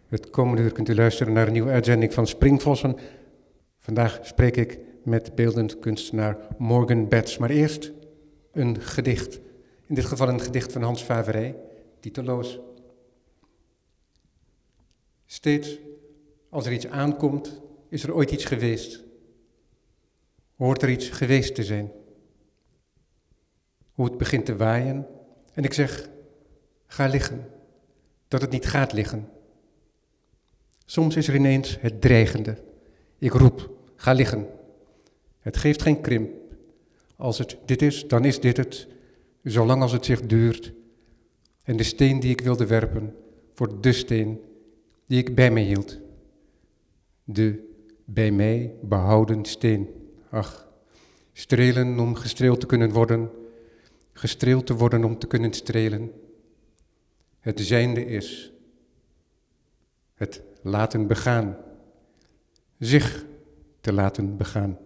Het komende uur kunt u luisteren naar een nieuwe uitzending van Springvossen. Vandaag spreek ik met beeldend kunstenaar Morgan Betts. Maar eerst een gedicht. In dit geval een gedicht van Hans Faverey, titeloos. Steeds als er iets aankomt, is er ooit iets geweest. Hoort er iets geweest te zijn. Hoe het begint te waaien en ik zeg, ga liggen, dat het niet gaat liggen. Soms is er ineens het dreigende. Ik roep, ga liggen. Het geeft geen krimp. Als het dit is, dan is dit het, zolang als het zich duurt. En de steen die ik wilde werpen, wordt de steen die ik bij mij hield. De bij mij behouden steen. Ach, strelen om gestreeld te kunnen worden, gestreeld te worden om te kunnen strelen. Het zijnde is. Het laten begaan. Zich te laten begaan.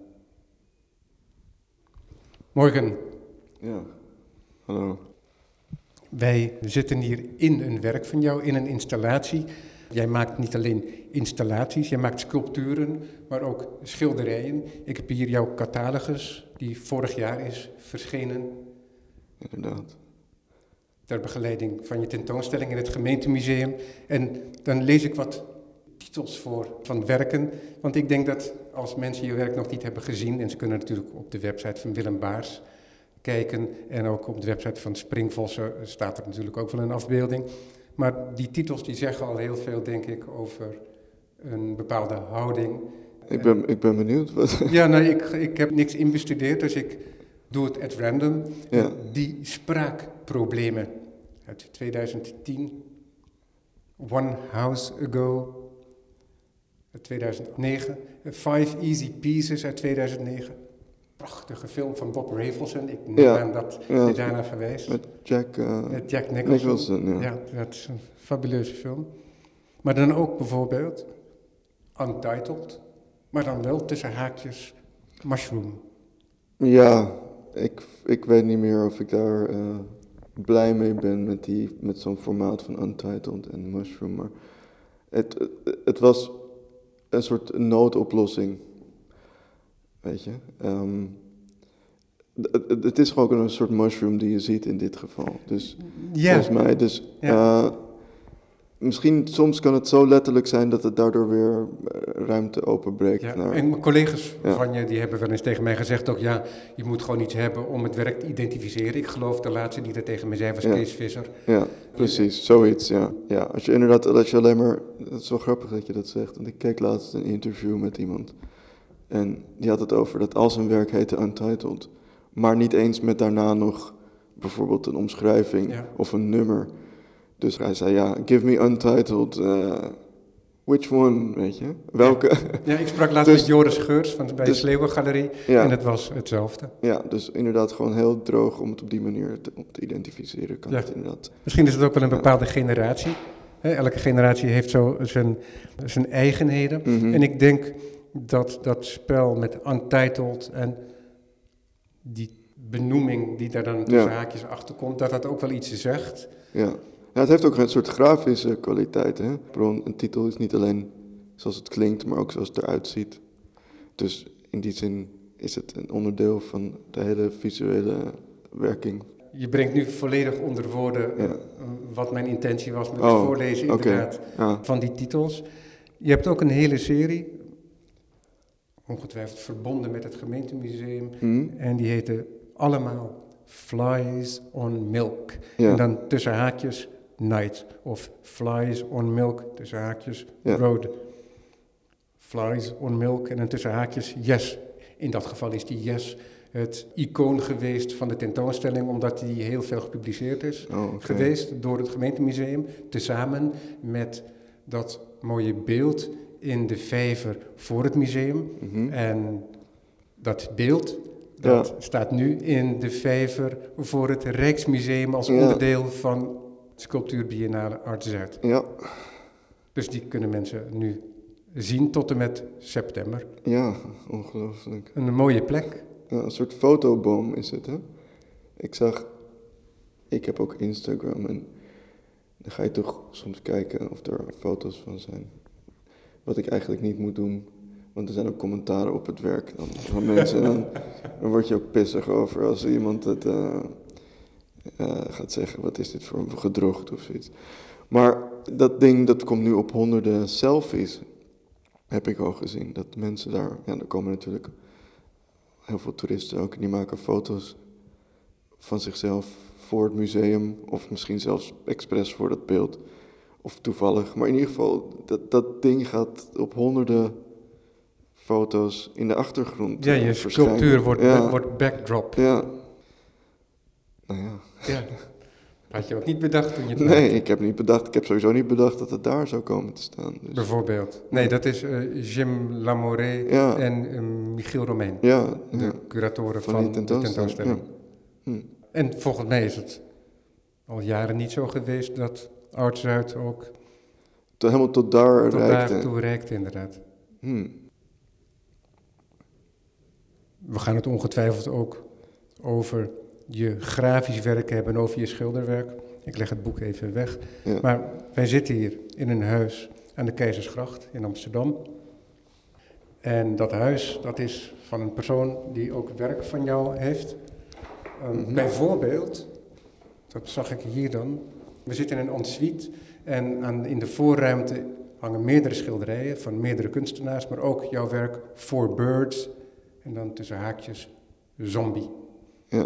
Morgen. Ja, hallo. Wij zitten hier in een werk van jou, in een installatie. Jij maakt niet alleen installaties, jij maakt sculpturen, maar ook schilderijen. Ik heb hier jouw catalogus, die vorig jaar is verschenen. Inderdaad. Ter begeleiding van je tentoonstelling in het gemeentemuseum. En dan lees ik wat titels voor van werken. Want ik denk dat als mensen je werk nog niet hebben gezien, en ze kunnen natuurlijk op de website van Willem Baars kijken, en ook op de website van Springvossen staat er natuurlijk ook wel een afbeelding. Maar die titels die zeggen al heel veel, denk ik, over een bepaalde houding. Ik ben benieuwd. Wat... Ja, nou, ik heb niks inbestudeerd, dus ik doe het at random. Ja. Die spraakproblemen uit 2010. One House Ago uit 2009. Five Easy Pieces uit 2009. Prachtige film van Bob Rafelson. Ik neem aan dat je daarna verwijst. Met Jack Nicholson. Ja. Dat is een fabuleuze film. Maar dan ook bijvoorbeeld Untitled, maar dan wel tussen haakjes Mushroom. Ja, ik weet niet meer of ik daar blij mee ben met zo'n formaat van Untitled en Mushroom. Maar het was een soort noodoplossing. Weet je. Het is gewoon een soort mushroom die je ziet in dit geval. Dus volgens mij. Dus misschien soms kan het zo letterlijk zijn dat het daardoor weer ruimte openbreekt. Ja, naar... En mijn collega's van je die hebben wel eens tegen mij gezegd ook, ja, je moet gewoon iets hebben om het werk te identificeren. Ik geloof de laatste die dat tegen mij zei was Kees Visser. Ja, precies, zoiets, ja. Ja, als je alleen maar, het is wel grappig dat je dat zegt, want ik keek laatst een interview met iemand en die had het over dat al zijn werk heette Untitled, maar niet eens met daarna nog bijvoorbeeld een omschrijving of een nummer. Dus hij zei, give me Untitled, which one, weet je, welke? Ja, ik sprak laatst met Joris Geurts bij de Sleeuwengalerie en het was hetzelfde. Ja, dus inderdaad gewoon heel droog om het op die manier te identificeren, kan het inderdaad. Misschien is het ook wel een bepaalde generatie. Elke generatie heeft zo zijn eigenheden. Mm-hmm. En ik denk dat spel met Untitled en die benoeming die daar dan tussen haakjes achter komt, dat ook wel iets zegt. Ja. Ja, het heeft ook een soort grafische kwaliteit. Hè? Een titel is niet alleen zoals het klinkt, maar ook zoals het eruit ziet. Dus in die zin is het een onderdeel van de hele visuele werking. Je brengt nu volledig onder woorden wat mijn intentie was met het voorlezen inderdaad van die titels. Je hebt ook een hele serie, ongetwijfeld verbonden met het gemeentemuseum, en die heette allemaal Flies on Milk. Ja. En dan tussen haakjes Night of Flies on Milk tussen haakjes Road. Flies on Milk en dan tussen haakjes Yes. In dat geval is die Yes het icoon geweest van de tentoonstelling, omdat die heel veel gepubliceerd is geweest door het gemeentemuseum, tezamen met dat mooie beeld in de vijver voor het museum. Mm-hmm. En dat beeld, dat staat nu in de vijver voor het Rijksmuseum als onderdeel van Sculptuur Biennale Art Zuid. Ja. Dus die kunnen mensen nu zien tot en met september. Ja, ongelooflijk. Een mooie plek. Ja, een soort fotoboom is het, hè? Ik heb ook Instagram en Dan ga je toch soms kijken of er foto's van zijn. Wat ik eigenlijk niet moet doen. Want er zijn ook commentaren op het werk van mensen. En dan word je ook pissig over als iemand het gaat zeggen. Wat is dit voor een gedrocht of zoiets. Maar dat ding, dat komt nu op honderden selfies. Heb ik al gezien. Dat mensen daar... Ja, er komen natuurlijk heel veel toeristen ook. En die maken foto's van zichzelf voor het museum. Of misschien zelfs expres voor dat beeld. Of toevallig. Maar in ieder geval, dat ding gaat op honderden foto's in de achtergrond. Ja, je sculptuur wordt backdrop. Ja. Nou ja. Ja. Had je ook niet bedacht toen je het Nee, ik heb sowieso niet bedacht dat het daar zou komen te staan. Dus. Bijvoorbeeld. Nee, dat is Jim Lamoré en Michiel Romein. Ja, de curatoren van de tentoonstelling. Ja. En volgens mij is het al jaren niet zo geweest dat Oud-Zuid ook... Helemaal tot daar reikte. Daartoe reikte, inderdaad. We gaan het ongetwijfeld ook over je grafisch werk hebben en over je schilderwerk. Ik leg het boek even weg. Ja. Maar wij zitten hier in een huis aan de Keizersgracht in Amsterdam. En dat huis, dat is van een persoon die ook werk van jou heeft. Bijvoorbeeld, dat zag ik hier dan. We zitten in een ensuite en in de voorruimte hangen meerdere schilderijen van meerdere kunstenaars, maar ook jouw werk For Birds en dan tussen haakjes Zombie. Ja.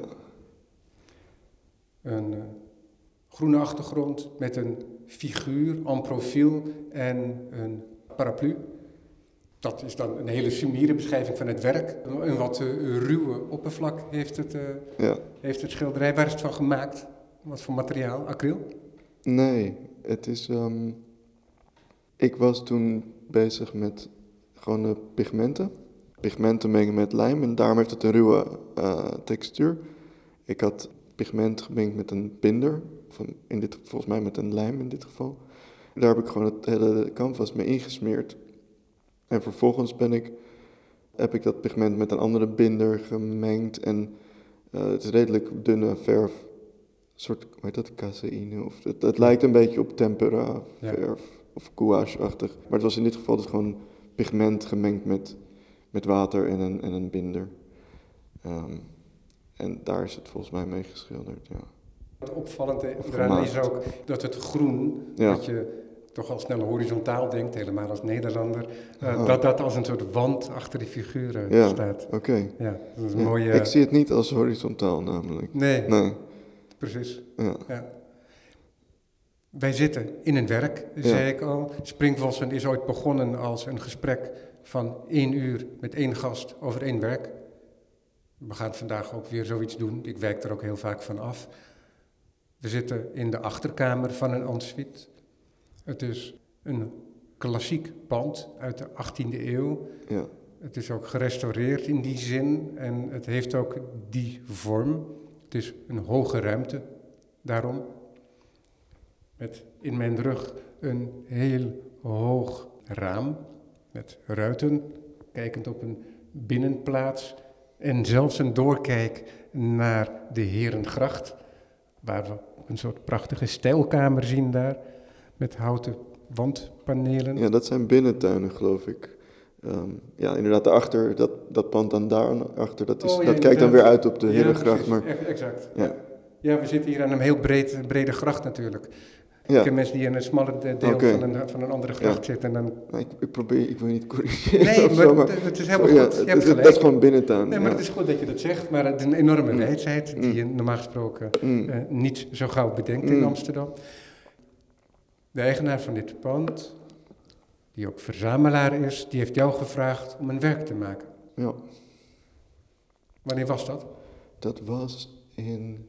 Een groene achtergrond met een figuur en profiel en een paraplu. Dat is dan een hele summiere beschrijving van het werk. Een wat ruwe oppervlak heeft het schilderij. Waar is het van gemaakt? Wat voor materiaal? Acryl? Nee, het is... ik was toen bezig met gewoon pigmenten. Pigmenten mengen met lijm en daarom heeft het een ruwe textuur. Ik had pigment gemengd met een binder. Volgens mij met een lijm in dit geval. Daar heb ik gewoon het hele canvas mee ingesmeerd. En vervolgens heb ik dat pigment met een andere binder gemengd. En het is redelijk dunne verf. Een soort, hoe heet dat, caseïne? Of het lijkt een beetje op tempera verf. Of gouache-achtig. Maar het was in dit geval dus gewoon pigment gemengd met water en een binder. En daar is het volgens mij mee geschilderd, ja. Het opvallende eraan is ook dat het groen, dat je toch al snel horizontaal denkt, helemaal als Nederlander, dat als een soort wand achter die figuren staat. Oké. Ja, dat is een mooie... Ik zie het niet als horizontaal namelijk. Nee. Precies. Ja. Wij zitten in een werk, zei ik al. Springvossen is ooit begonnen als een gesprek van 1 uur met 1 gast over 1 werk. We gaan vandaag ook weer zoiets doen. Ik wijk er ook heel vaak van af. We zitten in de achterkamer van een ensuite. Het is een klassiek pand uit de 18e eeuw. Ja. Het is ook gerestaureerd in die zin en het heeft ook die vorm. Het is een hoge ruimte, daarom. Met in mijn rug een heel hoog raam met ruiten, kijkend op een binnenplaats. En zelfs een doorkijk naar de Herengracht, waar we een soort prachtige stijlkamer zien daar, met houten wandpanelen. Ja, dat zijn binnentuinen, geloof ik. Ja, inderdaad, daarachter, dat pand dan daarachter, dat kijkt dan weer uit op de Herengracht. Maar... Exact. Ja, we zitten hier aan een heel brede gracht natuurlijk. Ik ken mensen die in een smalle deel van een andere gracht zitten. En dan... Ik wil niet corrigeren. Nee, maar het is helemaal goed. Je hebt gelijk. Dat is gewoon binnentuin. Nee, maar het is goed dat je dat zegt. Maar het is een enorme wijsheid die je normaal gesproken niet zo gauw bedenkt in Amsterdam. De eigenaar van dit pand, die ook verzamelaar is, die heeft jou gevraagd om een werk te maken. Ja. Wanneer was dat? Dat was in...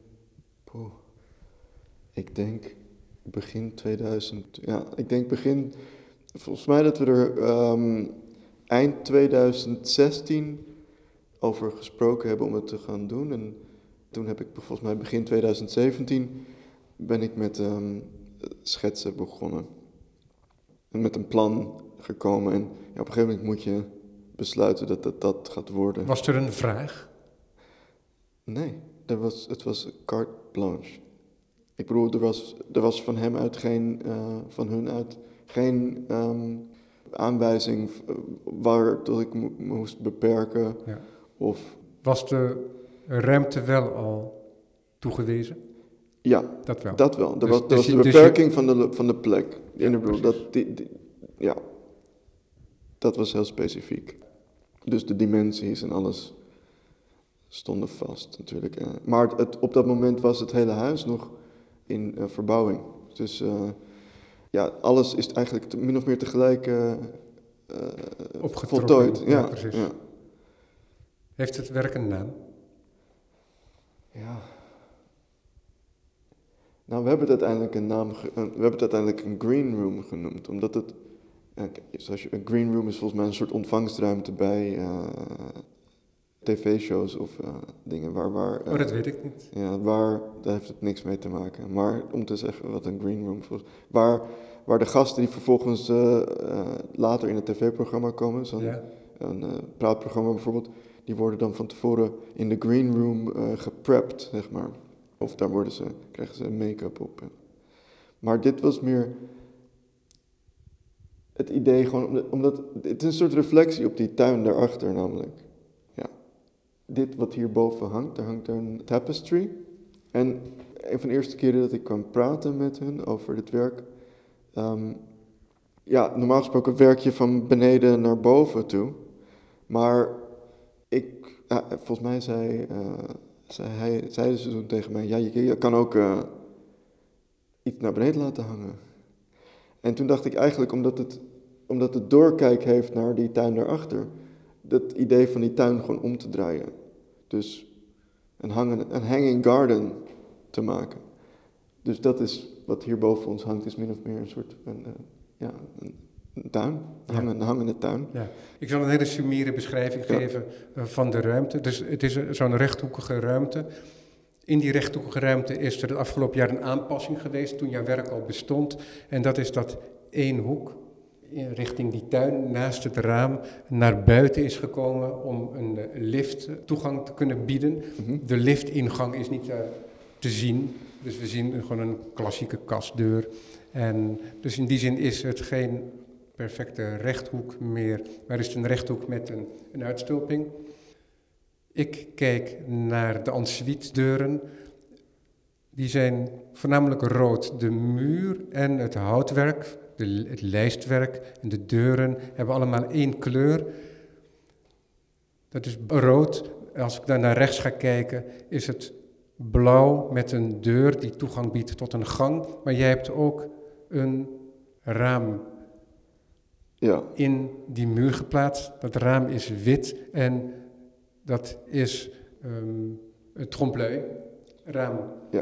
ik denk... begin 2000, ik denk volgens mij dat we er eind 2016 over gesproken hebben om het te gaan doen. En toen heb ik volgens mij begin 2017 ben ik met schetsen begonnen. En met een plan gekomen en op een gegeven moment moet je besluiten dat gaat worden. Was er een vraag? Nee, het was carte blanche. Ik bedoel, er was van hem uit van hun uit geen aanwijzing waar dat ik moest beperken. Ja. Of... Was de ruimte wel al toegewezen? Ja, dat wel. Er was de beperking van de plek. Ja, ik bedoel, dat was heel specifiek. Dus de dimensies en alles stonden vast natuurlijk. Maar op dat moment was het hele huis nog in verbouwing. Dus alles is eigenlijk min of meer tegelijk voltooid. Ja, precies. Ja. Heeft het werk een naam? Ja. Nou, we hebben het uiteindelijk een green room genoemd, omdat het... een green room is volgens mij een soort ontvangstruimte bij tv-shows of dingen waar... dat weet ik niet. Ja, daar heeft het niks mee te maken. Maar om te zeggen wat een green room is, waar de gasten die vervolgens later in het tv-programma komen, een praatprogramma bijvoorbeeld, die worden dan van tevoren in de green room geprept, zeg maar. Of daar krijgen ze make-up op. Maar dit was meer het idee gewoon, omdat het is een soort reflectie op die tuin daarachter namelijk. Ja. Dit wat hierboven hangt, daar hangt een tapestry. En een van de eerste keren dat ik kwam praten met hun over dit werk. Normaal gesproken werk je van beneden naar boven toe. Maar volgens mij zeiden ze toen tegen mij, ja, je kan ook iets naar beneden laten hangen. En toen dacht ik eigenlijk, omdat het doorkijk heeft naar die tuin daarachter, dat idee van die tuin gewoon om te draaien. Dus een hanging garden te maken. Dus dat is wat hier boven ons hangt, is min of meer een soort een tuin, een hangende tuin. Ja. Ik zal een hele summiere beschrijving geven van de ruimte. Dus het is zo'n rechthoekige ruimte. In die rechthoekige ruimte is er het afgelopen jaar een aanpassing geweest toen jouw werk al bestond. En dat is dat één hoek richting die tuin naast het raam naar buiten is gekomen om een lift toegang te kunnen bieden. Mm-hmm. De liftingang is niet te zien, dus we zien gewoon een klassieke kastdeur. En dus in die zin is het geen perfecte rechthoek meer, maar is het een rechthoek met een uitstulping. Ik kijk naar de ensuite-deuren. Die zijn voornamelijk rood. De muur en het houtwerk, het lijstwerk en de deuren hebben allemaal één kleur. Dat is rood. Als ik dan naar rechts ga kijken, is het blauw met een deur die toegang biedt tot een gang. Maar jij hebt ook een raam in die muur geplaatst. Dat raam is wit en dat is het trompe-l'œil raam. Ja.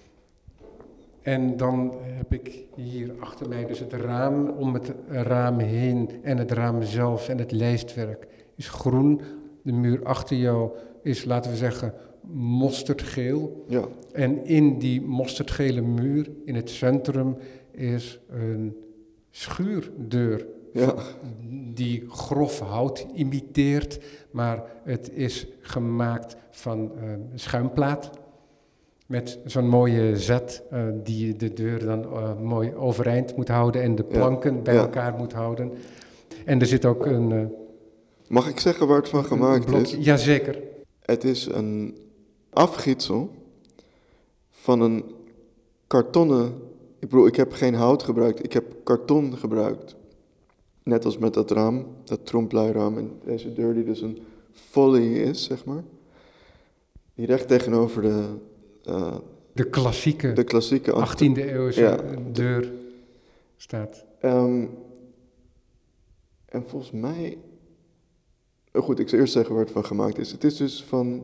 En dan heb ik hier achter mij dus het raam, om het raam heen en het raam zelf en het lijstwerk is groen. De muur achter jou is, laten we zeggen, mosterdgeel. Ja. En in die mosterdgele muur, in het centrum, is een schuurdeur. Ja. Die grof hout imiteert, maar het is gemaakt van schuimplaat. Met zo'n mooie zet die de deur dan mooi overeind moet houden en de planken bij elkaar moet houden. En er zit ook een... Mag ik zeggen waar het van gemaakt is? Jazeker. Het is een afgietsel van een kartonnen... Ik bedoel, ik heb geen hout gebruikt, ik heb karton gebruikt. Net als met dat raam, dat trompe-l'œil-raam en deze deur die dus een folly is, zeg maar. Die recht tegenover de klassieke 18e-eeuwse deur staat. En volgens mij... goed, ik zal eerst zeggen waar het van gemaakt is. Het is dus van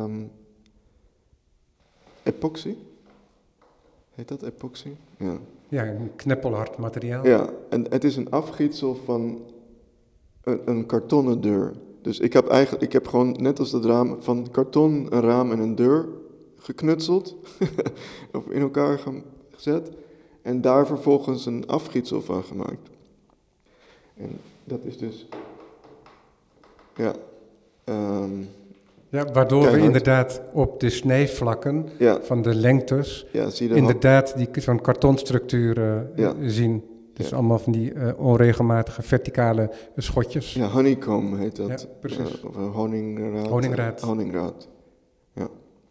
epoxy. Heet dat epoxy? Ja. Ja, een kneppelhard materiaal. Ja, en het is een afgietsel van een kartonnen deur. Dus ik heb gewoon, net als dat raam, van karton een raam en een deur geknutseld. Of in elkaar gezet. En daar vervolgens een afgietsel van gemaakt. En dat is dus... Ja. Ja, waardoor we inderdaad op de snijvlakken van de lengtes inderdaad zo'n kartonstructuur zien. Dus allemaal van die onregelmatige verticale schotjes. Ja, honeycomb heet dat. Ja, precies. Of honingraad. Honingraad, ja.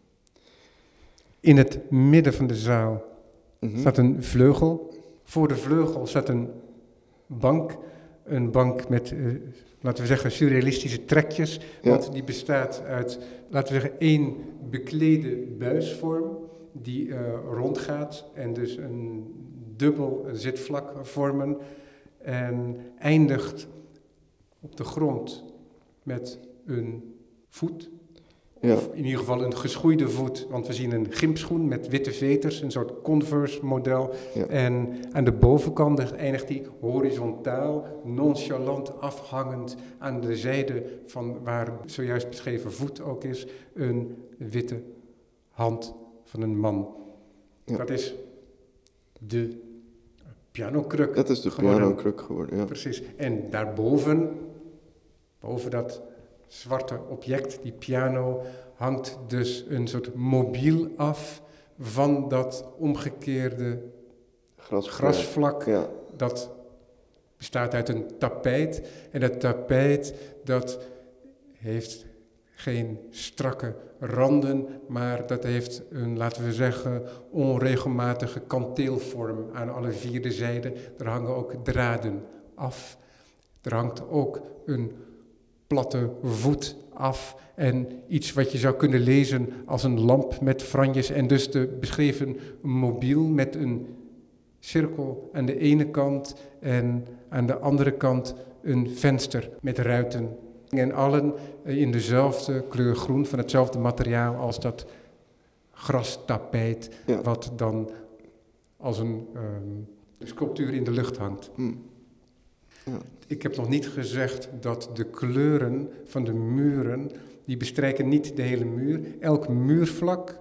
In het midden van de zaal staat een vleugel. Voor de vleugel staat een bank. Een bank met, laten we zeggen, surrealistische trekjes. Ja. Want die bestaat uit, laten we zeggen, 1 beklede buisvorm die rondgaat en dus een dubbel zitvlak vormen. En eindigt op de grond met een voet. Ja. Of in ieder geval een geschoeide voet, want we zien een gympschoen met witte veters, een soort Converse-model. Ja. En aan de bovenkant eindigt die horizontaal, nonchalant afhangend aan de zijde van waar zojuist beschreven voet ook is, een witte hand van een man. Ja. Dat is de pianokruk. Dat is de pianokruk geworden, ja. Precies. En daarboven, boven dat zwarte object, die piano, hangt dus een soort mobiel af van dat omgekeerde grasvlak. Ja. Dat bestaat uit een tapijt. En dat tapijt, dat heeft geen strakke randen, maar dat heeft een, laten we zeggen, onregelmatige kanteelvorm aan alle 4 zijden. Er hangen ook draden af. Er hangt ook een platte voet af en iets wat je zou kunnen lezen als een lamp met franjes en dus de beschreven mobiel met een cirkel aan de ene kant en aan de andere kant een venster met ruiten. En allen in dezelfde kleur groen, van hetzelfde materiaal als dat grastapijt, wat dan als een sculptuur in de lucht hangt. Ja. Ik heb nog niet gezegd dat de kleuren van de muren, die bestrijken niet de hele muur. Elk muurvlak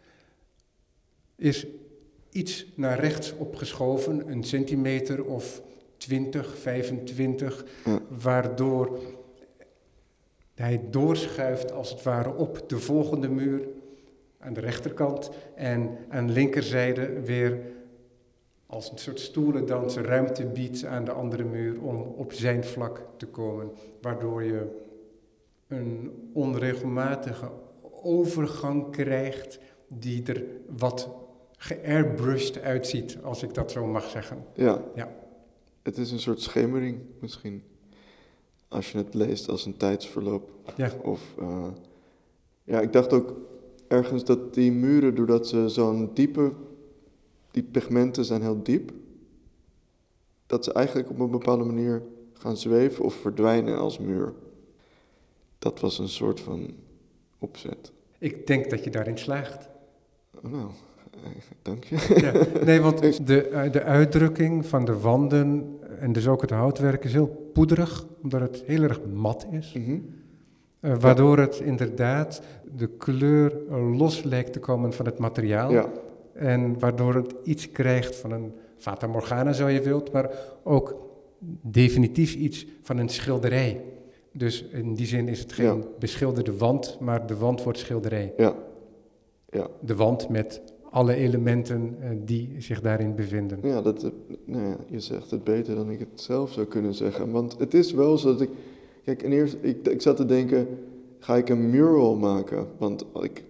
is iets naar rechts opgeschoven, een centimeter of 20, 25, waardoor hij doorschuift als het ware op de volgende muur aan de rechterkant en aan de linkerzijde weer als een soort stoelendansen ruimte biedt aan de andere muur om op zijn vlak te komen. Waardoor je een onregelmatige overgang krijgt die er wat geairbrushed uitziet, als ik dat zo mag zeggen. Ja. Het is een soort schemering misschien, als je het leest als een tijdsverloop. Ja. Of, ik dacht ook ergens dat die muren, doordat ze zo'n diepe, die pigmenten zijn heel diep, dat ze eigenlijk op een bepaalde manier gaan zweven of verdwijnen als muur. Dat was een soort van opzet. Ik denk dat je daarin slaagt. Nou, dank je. Ja, nee, want de uitdrukking van de wanden en dus ook het houtwerk is heel poederig, omdat het heel erg mat is. Mm-hmm. Waardoor het inderdaad de kleur los lijkt te komen van het materiaal. Ja. En waardoor het iets krijgt van een Fata Morgana, zo je wilt, maar ook definitief iets van een schilderij. Dus in die zin is het geen beschilderde wand, maar de wand wordt schilderij. Ja. De wand met alle elementen die zich daarin bevinden. Ja, je zegt het beter dan ik het zelf zou kunnen zeggen. Want het is wel zo dat kijk, en eerst, ik zat te denken, ga ik een mural maken? Want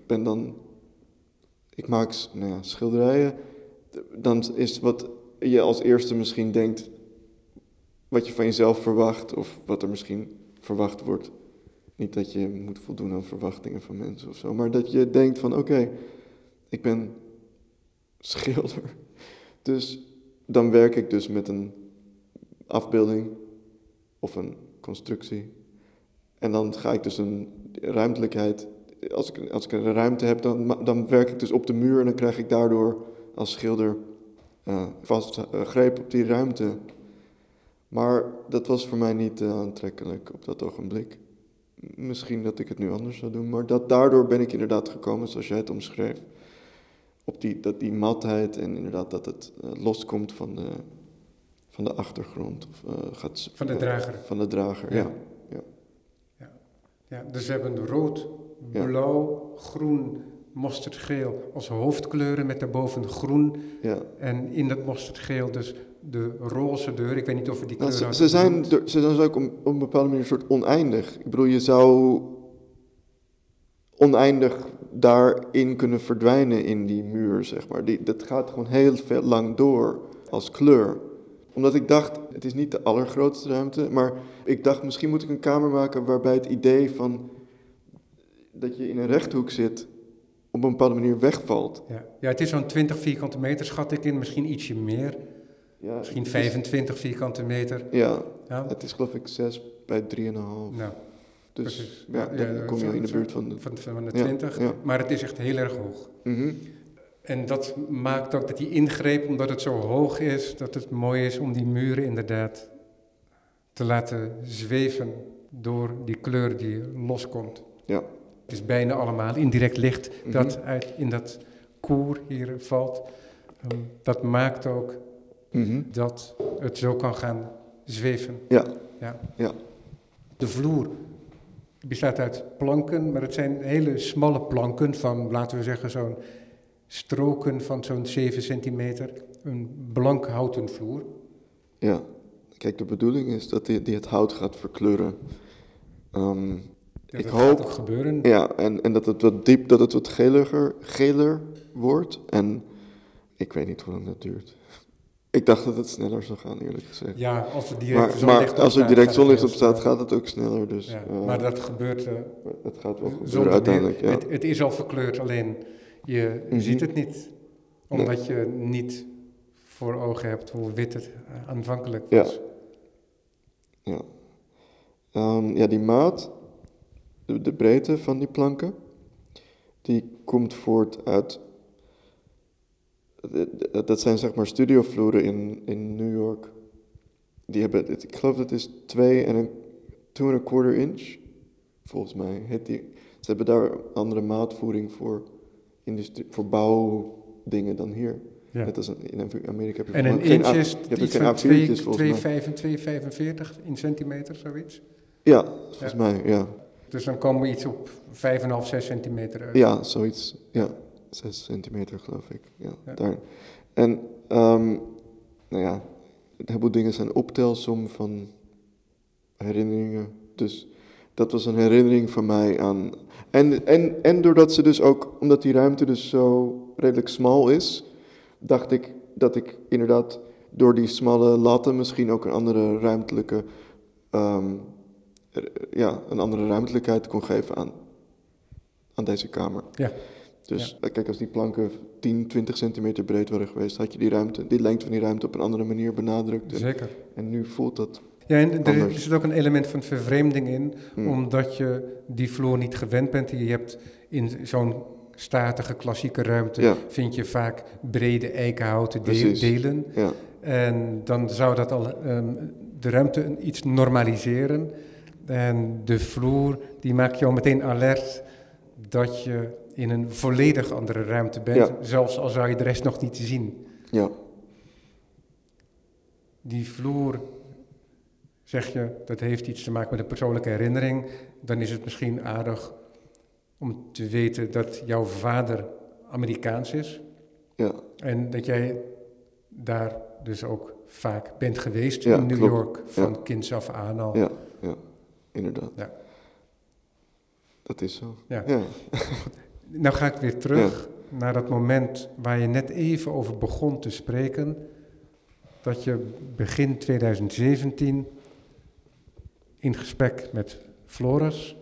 ik maak schilderijen. Dan is wat je als eerste misschien denkt, wat je van jezelf verwacht, of wat er misschien verwacht wordt. Niet dat je moet voldoen aan verwachtingen van mensen of zo, maar dat je denkt van oké, ik ben schilder. Dus dan werk ik dus met een afbeelding of een constructie. En dan ga ik dus een ruimtelijkheid, als ik een ruimte heb, dan werk ik dus op de muur en dan krijg ik daardoor als schilder vast greep op die ruimte. Maar dat was voor mij niet aantrekkelijk op dat ogenblik. Misschien dat ik het nu anders zou doen, maar daardoor ben ik inderdaad gekomen, zoals jij het omschreef, op die matheid en inderdaad dat het loskomt van de achtergrond. Van de drager. Van de drager, ja. Ja, dus we hebben rood, blauw, groen, mosterdgeel als hoofdkleuren met daarboven groen. Ja. En in dat mosterdgeel dus de roze deur. Ik weet niet of we die kleur Nou, ze zijn dus ook op een bepaalde manier een soort oneindig. Ik bedoel, je zou oneindig daarin kunnen verdwijnen in die muur, zeg maar. Dat gaat gewoon heel veel lang door als kleur. Omdat ik dacht, het is niet de allergrootste ruimte, maar ik dacht, misschien moet ik een kamer maken waarbij het idee van dat je in een rechthoek zit op een bepaalde manier wegvalt. Ja, het is zo'n 20 vierkante meter, schat ik in, misschien ietsje meer. Ja, misschien 25 vierkante meter. Ja, het is geloof ik 6 bij 3,5. Nou, dus precies. Dan kom je in de buurt van de 20. Ja. Maar het is echt heel erg hoog. Mm-hmm. En dat maakt ook dat die ingreep, omdat het zo hoog is, dat het mooi is om die muren inderdaad te laten zweven door die kleur die loskomt. Ja. Het is bijna allemaal indirect licht dat in dat koer hier valt. Dat maakt ook dat het zo kan gaan zweven. Ja. De vloer bestaat uit planken, maar het zijn hele smalle planken van, laten we zeggen, zo'n stroken van zo'n 7 centimeter. Een blank houten vloer. Ja, kijk, de bedoeling is dat die het hout gaat verkleuren. Ik hoop gaat ook gebeuren. Ja, en dat het wat geler wordt. En ik weet niet hoe lang dat duurt. Ik dacht dat het sneller zou gaan, eerlijk gezegd. Ja, als er direct zonlicht op staat. Als er direct zonlicht op staat, gaat het ook sneller. Dus, ja, maar dat gebeurt. Het gaat wel gebeuren uiteindelijk. Ja. Het is al verkleurd, alleen je ziet het niet. Omdat je niet voor ogen hebt hoe wit het aanvankelijk was. Ja, die maat, de breedte van die planken, die komt voort uit. Dat zijn zeg maar studiovloeren in New York. Die hebben, ik geloof dat is 2,25 inch. Volgens mij heet die. Ze hebben daar andere maatvoering voor bouwdingen dan hier. Ja. Net als in Amerika heb je en een inch is iets van 2,45 in centimeter, zoiets? Ja, volgens mij, ja. Dus dan komen we iets op 5,5, 6 centimeter uit. Ja, zoiets, ja. 6 centimeter, geloof ik. Ja. Daar. En, een heleboel dingen zijn optelsom van herinneringen. Dus dat was een herinnering van mij aan. En doordat ze dus ook, omdat die ruimte dus zo redelijk smal is, dacht ik dat ik inderdaad door die smalle latten misschien ook een andere ruimtelijke, een andere ruimtelijkheid kon geven aan deze kamer. Ja. Dus kijk, als die planken 10, 20 centimeter breed waren geweest, had je die lengte van die ruimte op een andere manier benadrukt. Zeker. En nu voelt dat ja, en er zit ook een element van vervreemding in, omdat je die vloer niet gewend bent. Je hebt in zo'n statige, klassieke ruimte, vind je vaak brede eikenhouten delen. Ja. En dan zou dat al de ruimte iets normaliseren. En de vloer, die maakt jou meteen alert dat je in een volledig andere ruimte bent, zelfs al zou je de rest nog niet zien. Ja. Die vloer, zeg je, dat heeft iets te maken met een persoonlijke herinnering. Dan is het misschien aardig om te weten dat jouw vader Amerikaans is. Ja. En dat jij daar dus ook vaak bent geweest in New York, van kinds af aan al. Ja, inderdaad. Ja. Dat is zo. Ja. Nou ga ik weer terug naar dat moment waar je net even over begon te spreken. Dat je begin 2017 in gesprek met Floris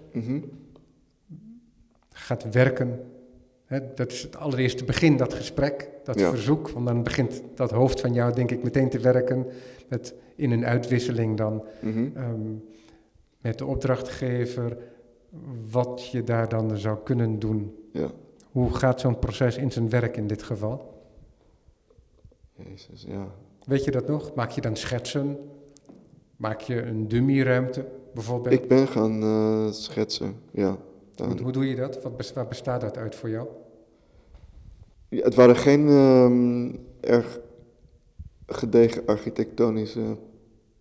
gaat werken. Dat is het allereerste begin, dat gesprek, dat verzoek. Want dan begint dat hoofd van jou, denk ik, meteen te werken. In een uitwisseling dan met de opdrachtgever. Wat je daar dan zou kunnen doen. Ja. Hoe gaat zo'n proces in zijn werk in dit geval? Jezus, ja. Weet je dat nog? Maak je dan schetsen? Maak je een dummy-ruimte bijvoorbeeld? Ik ben gaan schetsen, ja. Hoe doe je dat? Waar bestaat dat uit voor jou? Ja, het waren geen erg gedegen architectonische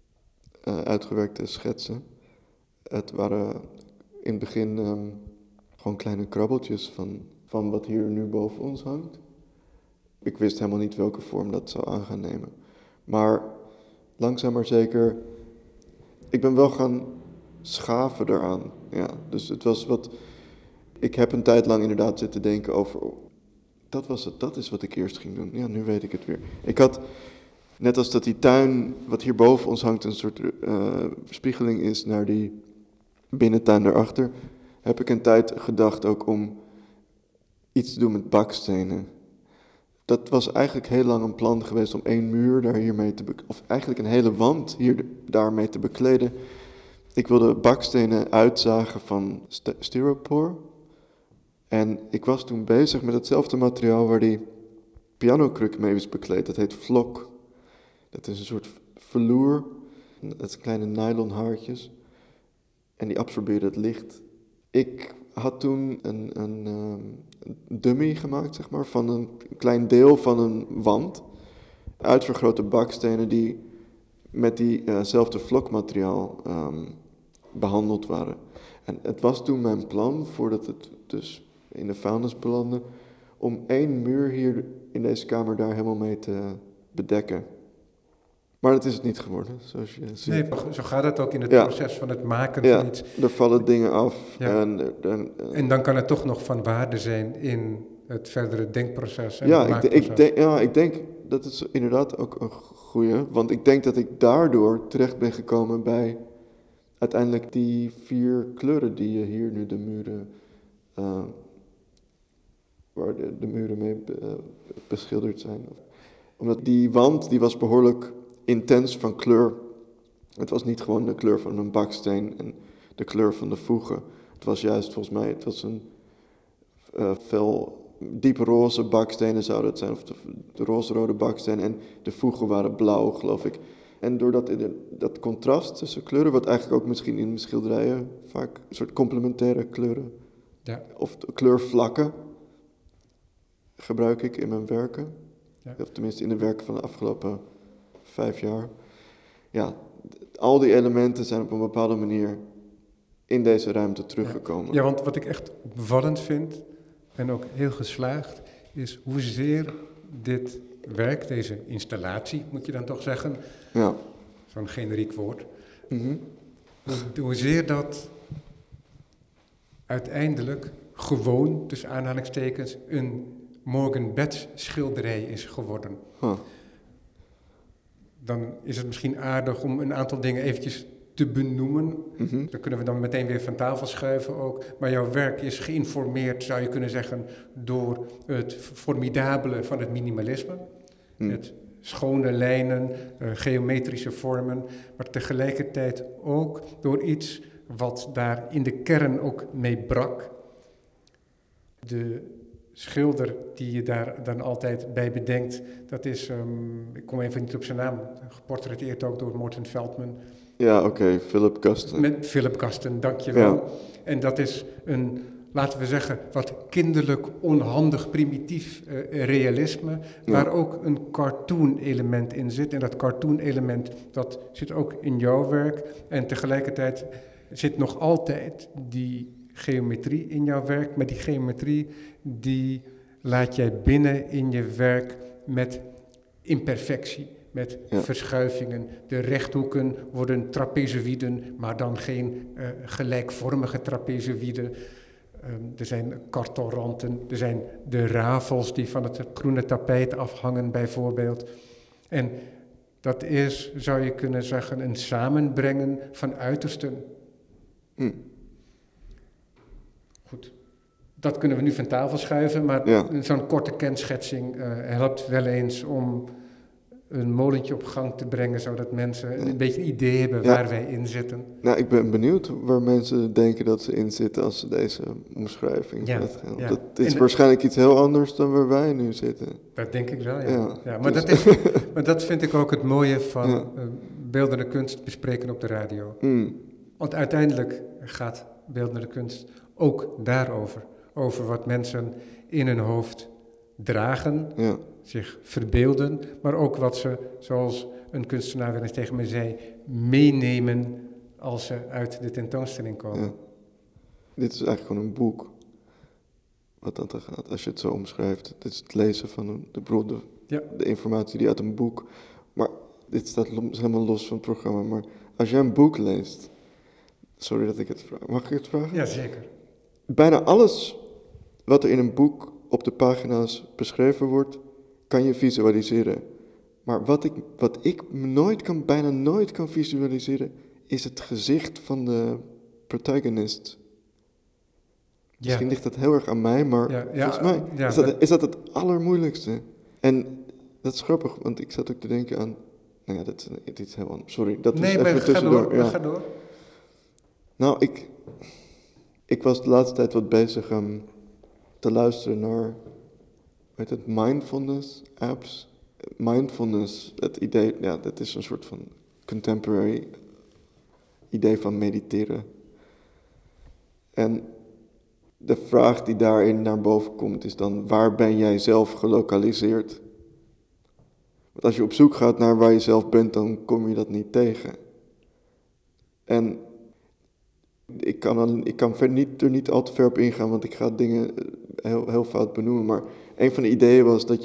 uitgewerkte schetsen. Het waren in het begin gewoon kleine krabbeltjes van wat hier nu boven ons hangt. Ik wist helemaal niet welke vorm dat zou aan gaan nemen. Maar langzaam maar zeker, ik ben wel gaan schaven eraan. Ja, dus het was wat... Ik heb een tijd lang inderdaad zitten denken over... Dat was het, dat is wat ik eerst ging doen. Ja, nu weet ik het weer. Ik had, net als dat die tuin, wat hier boven ons hangt, een soort spiegeling is naar die binnentuin daarachter, heb ik een tijd gedacht ook om iets te doen met bakstenen. Dat was eigenlijk heel lang een plan geweest om 1 muur daar hiermee of eigenlijk een hele wand daarmee te bekleden. Ik wilde bakstenen uitzagen van styropor. En ik was toen bezig met hetzelfde materiaal waar die pianokruk mee is bekleed. Dat heet vlok. Dat is een soort velour. Dat zijn kleine nylon haartjes. En die absorberen het licht. Ik had toen een dummy gemaakt, zeg maar, van een klein deel van een wand. Uitvergrote bakstenen die met diezelfde vlokmateriaal behandeld waren. En het was toen mijn plan, voordat het dus in de vuilnis belandde, om 1 muur hier in deze kamer daar helemaal mee te bedekken. Maar dat is het niet geworden, zoals je ziet. Nee, zo gaat het ook in het proces van het maken van iets. Ja, er vallen dingen af. Ja. En dan kan het toch nog van waarde zijn in het verdere denkproces en het maakproces. Ik denk dat is inderdaad ook een goeie. Want ik denk dat ik daardoor terecht ben gekomen bij uiteindelijk die 4 kleuren die je hier nu de muren... waar de muren mee beschilderd zijn. Omdat die wand, die was behoorlijk intens van kleur. Het was niet gewoon de kleur van een baksteen en de kleur van de voegen. Het was juist, volgens mij, het was een fel dieproze bakstenen zouden het zijn. Of de roze-rode bakstenen en de voegen waren blauw, geloof ik. En door dat contrast tussen kleuren, wat eigenlijk ook misschien in schilderijen vaak een soort complementaire kleuren... Ja. Of kleurvlakken gebruik ik in mijn werken. Ja. Of tenminste in de werken van de afgelopen 5 jaar. Ja, al die elementen zijn op een bepaalde manier in deze ruimte teruggekomen. Ja, want wat ik echt opvallend vind, en ook heel geslaagd, is hoezeer dit werk, deze installatie, moet je dan toch zeggen, zo'n generiek woord, hoezeer dat uiteindelijk gewoon, tussen aanhalingstekens, een Morgan Betts schilderij is geworden. Dan is het misschien aardig om een aantal dingen eventjes te benoemen. Dan kunnen we dan meteen weer van tafel schuiven ook. Maar jouw werk is geïnformeerd, zou je kunnen zeggen, door het formidabele van het minimalisme. Het schone lijnen, geometrische vormen, maar tegelijkertijd ook door iets wat daar in de kern ook mee brak. De schilder die je daar dan altijd bij bedenkt, dat is, ik kom even niet op zijn naam, geportretteerd ook door Morton Feldman. Ja, oké, Philip Custon. Met Philip Custon, dankjewel. Ja. En dat is een, laten we zeggen, wat kinderlijk, onhandig, primitief realisme, waar ook een cartoon-element in zit. En dat cartoon-element, dat zit ook in jouw werk. En tegelijkertijd zit nog altijd die geometrie in jouw werk, maar die geometrie die laat jij binnen in je werk met imperfectie, met verschuivingen. De rechthoeken worden trapezoïden, maar dan geen gelijkvormige trapezoïden. Er zijn kartelranten, er zijn de rafels die van het groene tapijt afhangen bijvoorbeeld. En dat is, zou je kunnen zeggen, een samenbrengen van uitersten. Goed, dat kunnen we nu van tafel schuiven, maar zo'n korte kenschetsing helpt wel eens om een molentje op gang te brengen, zodat mensen een beetje een idee hebben waar wij in zitten. Nou, ik ben benieuwd waar mensen denken dat ze in zitten als ze deze omschrijving zetten. Ja. Dat is waarschijnlijk iets heel anders dan waar wij nu zitten. Dat denk ik wel, ja. Maar, maar dat vind ik ook het mooie van beeldende kunst bespreken op de radio. Want uiteindelijk gaat beeldende kunst ook daarover. Over wat mensen in hun hoofd dragen, zich verbeelden, maar ook wat ze, zoals een kunstenaar wel eens tegen me zei, meenemen als ze uit de tentoonstelling komen. Ja. Dit is eigenlijk gewoon een boek. wat dat er gaat, als je het zo omschrijft. Het is het lezen van Ja. de informatie die uit een boek. Maar dit staat helemaal los van het programma. Maar als jij een boek leest... Sorry dat ik het vraag. Mag ik het vragen? Ja, zeker. Bijna alles wat er in een boek op de pagina's beschreven wordt, kan je visualiseren. Maar wat ik bijna nooit kan visualiseren, is het gezicht van de protagonist. Misschien ligt dat heel erg aan mij, maar volgens mij is dat het allermoeilijkste. En dat is grappig, want ik zat ook te denken aan... Nou ja, dit is heel anders. Sorry, dat is even tussendoor. Ga door. Nou, ik was de laatste tijd wat bezig te luisteren naar... mindfulness apps. Mindfulness, het idee... Ja, dat is een soort van contemporary idee van mediteren. En... de vraag die daarin naar boven komt is dan, waar ben jij zelf gelokaliseerd? Want als je op zoek gaat naar waar je zelf bent, dan kom je dat niet tegen. En ik kan er niet al te ver op ingaan, want ik ga dingen heel, heel fout benoemen. Maar een van de ideeën was dat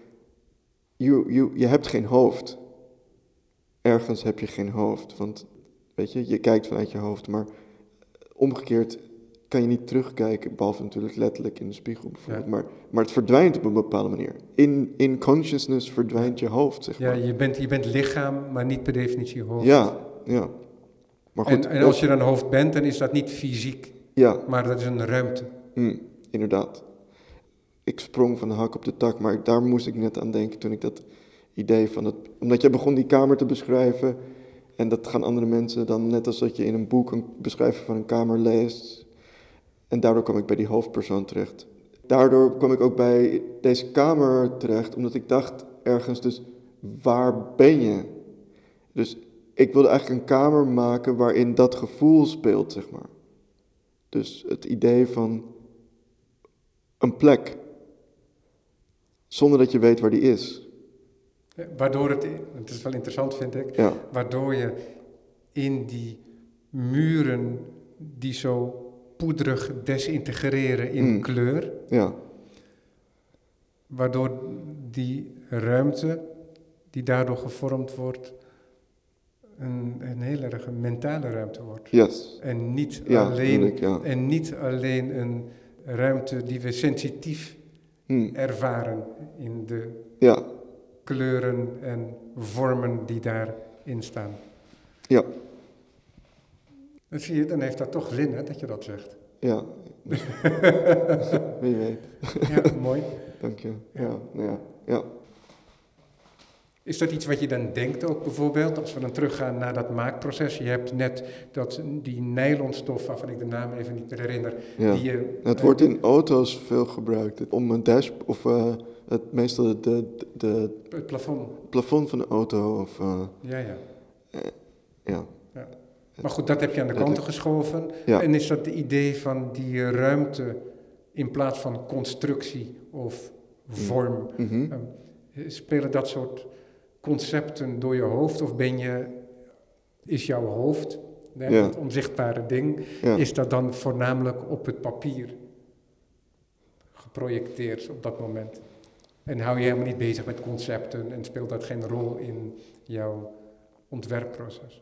je hebt geen hoofd. Ergens heb je geen hoofd, want weet je kijkt vanuit je hoofd, maar omgekeerd... kan je niet terugkijken, behalve natuurlijk letterlijk in de spiegel bijvoorbeeld. Ja. Maar het verdwijnt op een bepaalde manier. In consciousness verdwijnt je hoofd, zeg maar. Ja, je bent lichaam, maar niet per definitie hoofd. Ja. Maar goed, en als je dan hoofd bent, dan is dat niet fysiek. Ja. Maar dat is een ruimte. Inderdaad. Ik sprong van de hak op de tak, maar daar moest ik net aan denken toen ik dat idee van het... Omdat jij begon die kamer te beschrijven, en dat gaan andere mensen dan, net als dat je in een boek een beschrijving van een kamer leest... En daardoor kwam ik bij die hoofdpersoon terecht. Daardoor kwam ik ook bij deze kamer terecht, omdat ik dacht ergens dus, waar ben je? Dus ik wilde eigenlijk een kamer maken waarin dat gevoel speelt, zeg maar. Dus het idee van een plek, zonder dat je weet waar die is. Waardoor het is wel interessant vind ik, waardoor je in die muren die zo... poederig desintegreren in kleur. Ja. Waardoor die ruimte die daardoor gevormd wordt, een heel erg een mentale ruimte wordt. Yes. En niet, en niet alleen een ruimte die we sensitief ervaren in de kleuren en vormen die daarin staan. Ja. Dan zie je, dan heeft dat toch zin, hè, dat je dat zegt. Ja. Wie weet. Ja, mooi. Dank je. Ja. Is dat iets wat je dan denkt ook bijvoorbeeld, als we dan teruggaan naar dat maakproces? Je hebt net die nylonstof, waarvan ik de naam even niet meer herinner. Ja. Het wordt in auto's veel gebruikt, om een meestal het plafond van de auto. Of, ja. Maar goed, dat heb je aan de kant geschoven. Ja. En is dat het idee van die ruimte in plaats van constructie of vorm? Spelen dat soort concepten door je hoofd? Of is jouw hoofd, het onzichtbare ding, is dat dan voornamelijk op het papier geprojecteerd op dat moment? En hou je helemaal niet bezig met concepten en speelt dat geen rol in jouw ontwerpproces?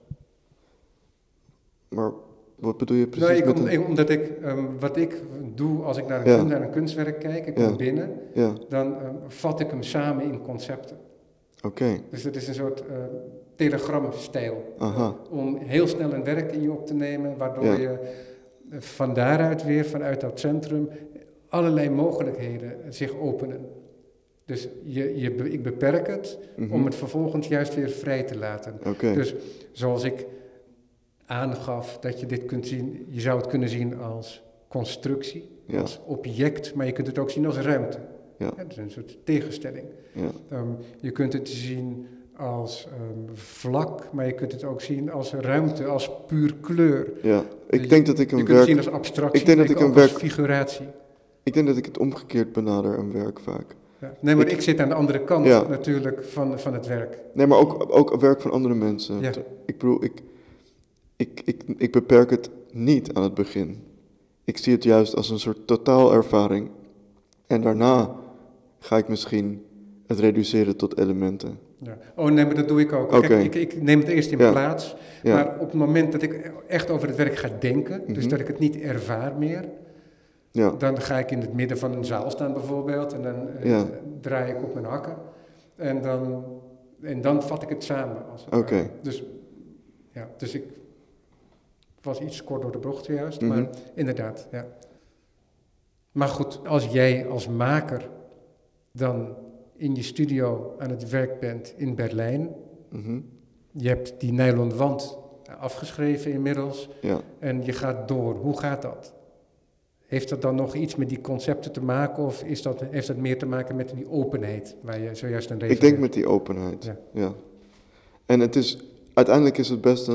Maar wat bedoel je precies? Omdat wat ik doe als ik naar een kunstwerk kijk, ik kom binnen, dan vat ik hem samen in concepten. Oké. Dus het is een soort telegramstijl. Om heel snel een werk in je op te nemen, waardoor je van daaruit weer, vanuit dat centrum, allerlei mogelijkheden zich openen. Dus ik beperk het om het vervolgens juist weer vrij te laten. Okay. Dus zoals ik aangaf dat je dit kunt zien, je zou het kunnen zien als constructie, als object, maar je kunt het ook zien als ruimte. Ja, dat is een soort tegenstelling. Ja. Je kunt het zien als vlak, maar je kunt het ook zien als ruimte, als puur kleur. Ja, ik denk dat ik een je werk... kunt het zien als abstractie, ik denk dat ik een werk, als figuratie. Ik denk dat ik het omgekeerd benader, een werk vaak. Ja. Nee, maar ik zit aan de andere kant natuurlijk van het werk. Nee, maar ook werk van andere mensen. Ja. Ik bedoel, ik beperk het niet aan het begin. Ik zie het juist als een soort totaalervaring. En daarna ga ik misschien het reduceren tot elementen. Ja. Oh nee, maar dat doe ik ook. Okay. Kijk, ik neem het eerst in plaats. Ja. Maar op het moment dat ik echt over het werk ga denken, dus dat ik het niet ervaar meer, dan ga ik in het midden van een zaal staan bijvoorbeeld. En dan draai ik op mijn hakken. En dan vat ik het samen. Oké. Dus ik was iets kort door de bocht juist, maar inderdaad, ja. Maar goed, als jij als maker dan in je studio aan het werk bent in Berlijn, je hebt die nylon wand afgeschreven inmiddels, en je gaat door. Hoe gaat dat? Heeft dat dan nog iets met die concepten te maken of heeft dat meer te maken met die openheid waar je zojuist aan refereert? Ik denk met die openheid, ja. En uiteindelijk is het best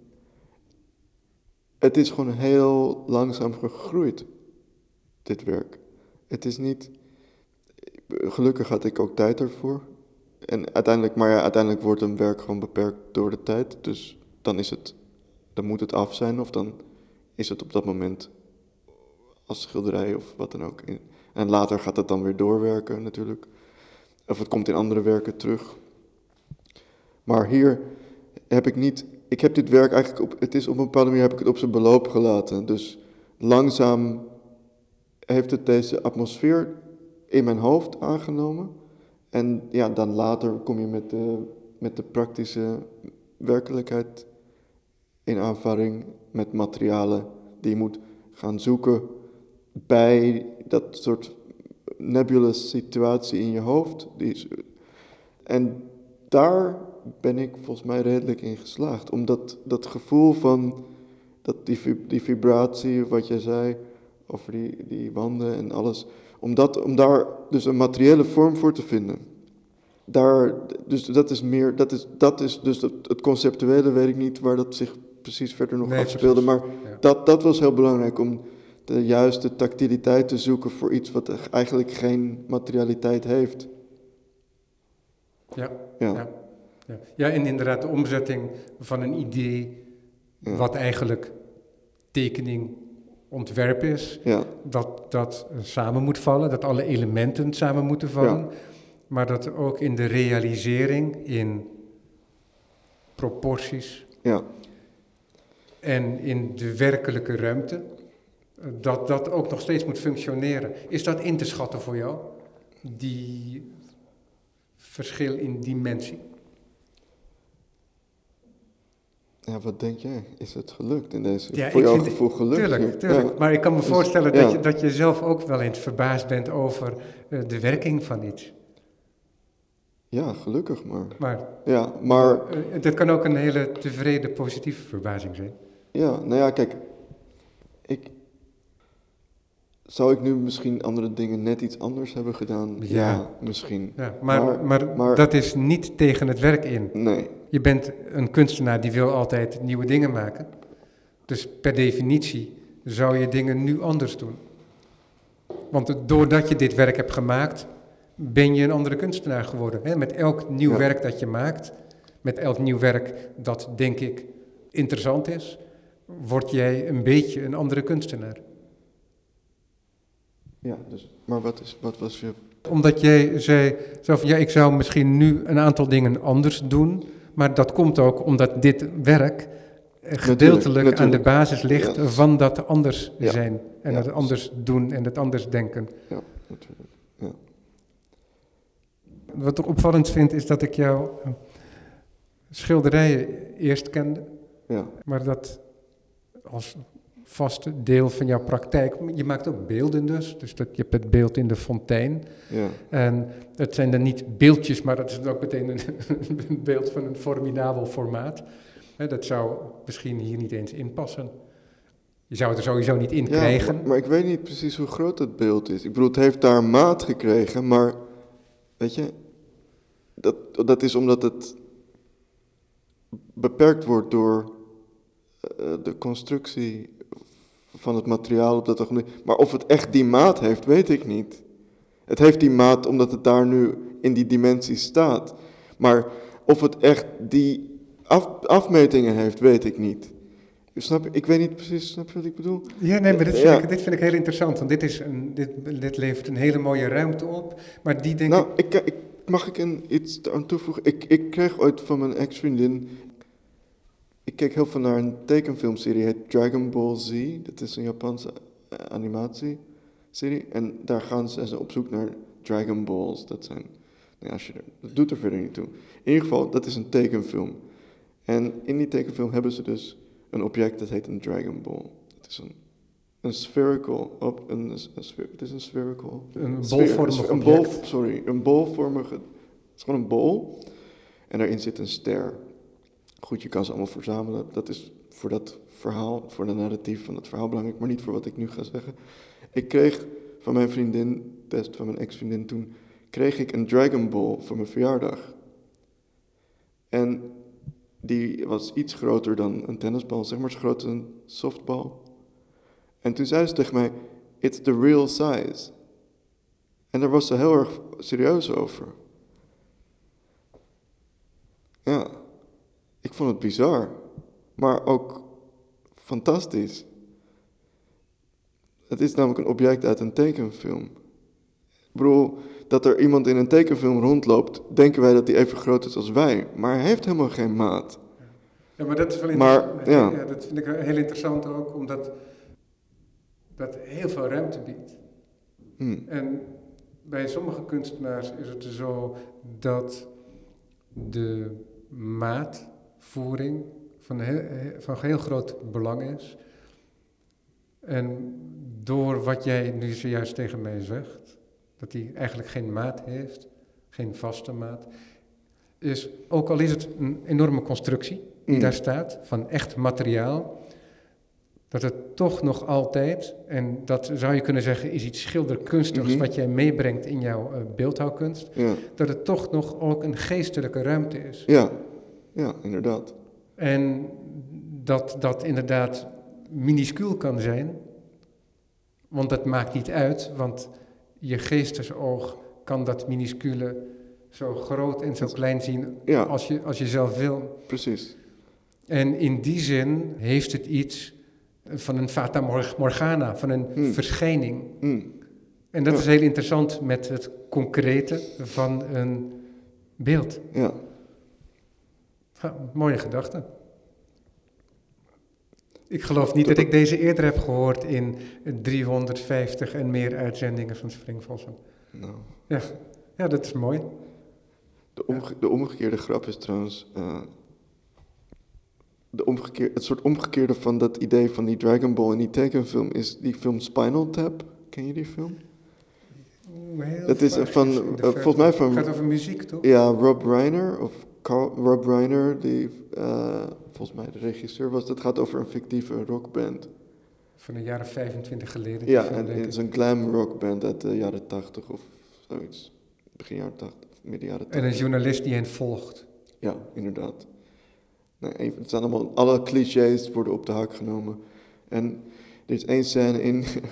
het is gewoon heel langzaam gegroeid, dit werk. Het is niet, gelukkig had ik ook tijd ervoor. En uiteindelijk wordt een werk gewoon beperkt door de tijd. Dus dan moet het af zijn of dan is het op dat moment als schilderij of wat dan ook. En later gaat het dan weer doorwerken natuurlijk. Of het komt in andere werken terug. Maar hier heb ik heb dit werk eigenlijk op een bepaalde manier heb ik het op zijn beloop gelaten. Dus langzaam heeft het deze atmosfeer in mijn hoofd aangenomen. En ja, dan later kom je met de praktische werkelijkheid in aanvaring met materialen die je moet gaan zoeken bij dat soort nebulous situatie in je hoofd. En daar ben ik volgens mij redelijk in geslaagd. Omdat dat gevoel van die vibratie, wat jij zei, over die wanden en alles, om daar dus een materiële vorm voor te vinden. Dus dat is dus het conceptuele, weet ik niet waar dat zich precies verder nog afspeelde, maar dat was heel belangrijk om de juiste tactiliteit te zoeken voor iets wat eigenlijk geen materialiteit heeft. Ja, en inderdaad de omzetting van een idee wat eigenlijk tekening, ontwerp is, dat samen moet vallen, dat alle elementen samen moeten vallen, maar dat ook in de realisering, in proporties en in de werkelijke ruimte, dat ook nog steeds moet functioneren. Is dat in te schatten voor jou, die verschil in dimensie? Ja, wat denk jij? Is het gelukt in deze, voor jouw gevoel gelukt? Tuurlijk. Ja. Maar ik kan me voorstellen dat je zelf ook wel eens verbaasd bent over de werking van iets. Ja, gelukkig maar. Maar dat kan ook een hele tevreden, positieve verbazing zijn. Ja, nou ja, kijk. Zou ik nu misschien andere dingen net iets anders hebben gedaan? Ja misschien. Ja, maar dat is niet tegen het werk in. Nee. Je bent een kunstenaar die wil altijd nieuwe dingen maken. Dus per definitie zou je dingen nu anders doen. Want doordat je dit werk hebt gemaakt, ben je een andere kunstenaar geworden. Hè? Met elk nieuw werk dat je maakt, met elk nieuw werk dat, denk ik, interessant is, word jij een beetje een andere kunstenaar. Ja, dus, maar wat was je... Omdat jij zei, ik zou misschien nu een aantal dingen anders doen, maar dat komt ook omdat dit werk gedeeltelijk aan de basis ligt van dat anders zijn. En het anders doen en het anders denken. Ja, natuurlijk. Ja. Wat ik opvallend vind is dat ik jouw schilderijen eerst kende, maar dat als vast deel van jouw praktijk. Je maakt ook beelden dus je hebt het beeld in de fontein. Ja. En het zijn dan niet beeldjes, maar dat is ook meteen een beeld van een formidabel formaat. Dat zou misschien hier niet eens in passen. Je zou het er sowieso niet in krijgen. Maar ik weet niet precies hoe groot het beeld is. Ik bedoel, het heeft daar maat gekregen, maar weet je, dat is omdat het beperkt wordt door de constructie van het materiaal op dat ogenblik. Maar of het echt die maat heeft, weet ik niet. Het heeft die maat omdat het daar nu in die dimensie staat. Maar of het echt die afmetingen heeft, weet ik niet. Ik weet niet precies, snap je wat ik bedoel? Ja, nee, maar dit vind ik heel interessant, want dit levert een hele mooie ruimte op, maar die denk ik... Mag ik iets aan toevoegen? Ik kreeg ooit van mijn ex-vriendin... Ik keek heel veel naar een tekenfilmserie, heet Dragon Ball Z. Dat is een Japanse animatieserie. En daar gaan ze op zoek naar Dragon Balls. Dat zijn... dat doet er verder niet toe. In ieder geval, dat is een tekenfilm. En in die tekenfilm hebben ze dus een object dat heet een Dragon Ball. Het is een spherical... Het is een spherical... Een bolvormig object. Een bolvormige... Het is gewoon een bol. En daarin zit een ster. Goed, je kan ze allemaal verzamelen. Dat is voor dat verhaal, voor de narratief van het verhaal belangrijk, maar niet voor wat ik nu ga zeggen. Ik kreeg van mijn vriendin, van mijn ex-vriendin toen, kreeg ik een Dragon Ball voor mijn verjaardag. En die was iets groter dan een tennisbal, zeg maar zo groot als een softbal. En toen zei ze tegen mij, it's the real size. En daar was ze heel erg serieus over. Ja, ik vond het bizar, maar ook fantastisch. Het is namelijk een object uit een tekenfilm. Ik bedoel, dat er iemand in een tekenfilm rondloopt, denken wij dat hij even groot is als wij. Maar hij heeft helemaal geen maat. Ja, maar dat is wel interessant. Ja, dat vind ik heel interessant ook, omdat dat heel veel ruimte biedt. En bij sommige kunstenaars is het zo dat de maatvoering van heel groot belang is. En door wat jij nu zojuist tegen mij zegt, dat hij eigenlijk geen maat heeft, geen vaste maat, is, ook al is het een enorme constructie die daar staat, van echt materiaal, dat het toch nog altijd, en dat zou je kunnen zeggen is iets schilderkunstigs wat jij meebrengt in jouw beeldhouwkunst, dat het toch nog ook een geestelijke ruimte is. Ja, inderdaad. En dat inderdaad minuscuul kan zijn, want dat maakt niet uit, want je geestesoog kan dat minuscule zo groot en zo klein zien als je zelf wil. Precies. En in die zin heeft het iets van een fata morgana, van een verschijning. En dat is heel interessant met het concrete van een beeld. Ja. Mooie gedachte. Ik geloof niet dat ik deze eerder heb gehoord in 350 en meer uitzendingen van Springvossen. Nou. Ja, dat is mooi. De omgekeerde grap is trouwens... het soort omgekeerde van dat idee van die Dragon Ball in die tekenfilm is die film Spinal Tap. Ken je die film? Het is volgens mij van... Het gaat over muziek, toch? Ja, Rob Reiner, die volgens mij de regisseur was. Dat gaat over een fictieve rockband. Van de jaren 25 geleden. Ja, en het is een glam rockband uit de jaren 80 of zoiets. Begin jaren 80, midden jaren 80. En een journalist die hen volgt. Ja, inderdaad. Nee, het zijn allemaal, alle clichés worden op de hak genomen. En er is één scène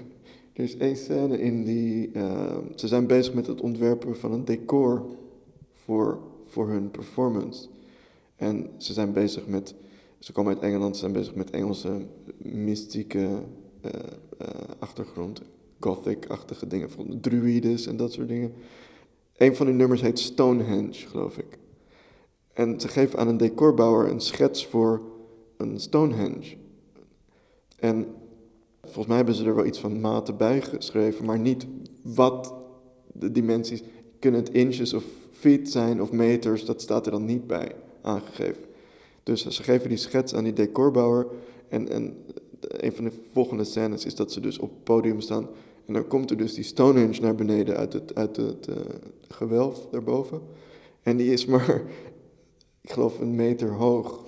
in die... ze zijn bezig met het ontwerpen van een decor voor hun performance. En ze zijn bezig met... Ze komen uit Engeland, ze zijn bezig met Engelse mystieke achtergrond. Gothic-achtige dingen, bijvoorbeeld druides en dat soort dingen. Een van die nummers heet Stonehenge, geloof ik. En ze geven aan een decorbouwer een schets voor een Stonehenge. En volgens mij hebben ze er wel iets van maten bij geschreven, maar niet wat de dimensies... Kunnen het inches of feet zijn of meters, dat staat er dan niet bij aangegeven. Dus ze geven die schets aan die decorbouwer en een van de volgende scènes is dat ze dus op het podium staan. En dan komt er dus die Stonehenge naar beneden uit het gewelf daarboven. En die is maar, ik geloof, 1 meter hoog.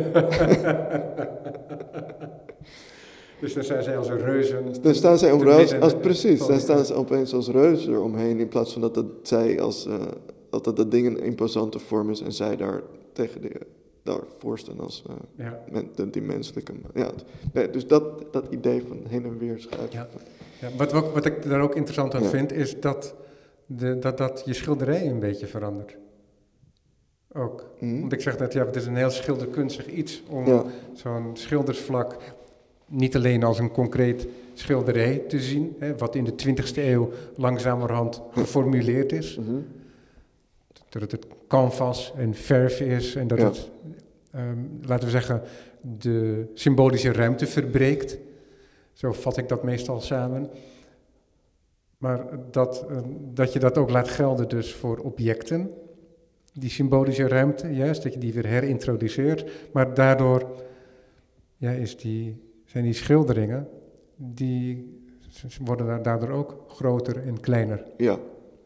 Dus dan zijn zij als een reuzen. Dan staan zij dan staan ze opeens als reuzen eromheen, in plaats van dat dat ding een imposante vorm is en zij daar daarvoor staan als die menselijke. Ja, nee, dus dat idee van heen en weer schuiven. Ja, wat ik daar ook interessant aan vind, is dat je schilderij een beetje verandert. ook. Want ik zeg net, het is een heel schilderkunstig iets om zo'n schildersvlak niet alleen als een concreet schilderij te zien, wat in de 20e eeuw langzamerhand geformuleerd is. Dat het canvas en verf is en dat het, laten we zeggen, de symbolische ruimte verbreekt. Zo vat ik dat meestal samen. Maar dat je dat ook laat gelden dus voor objecten, die symbolische ruimte, juist, dat je die weer herintroduceert. Maar daardoor zijn die schilderingen, ze worden daardoor ook groter en kleiner. Ja.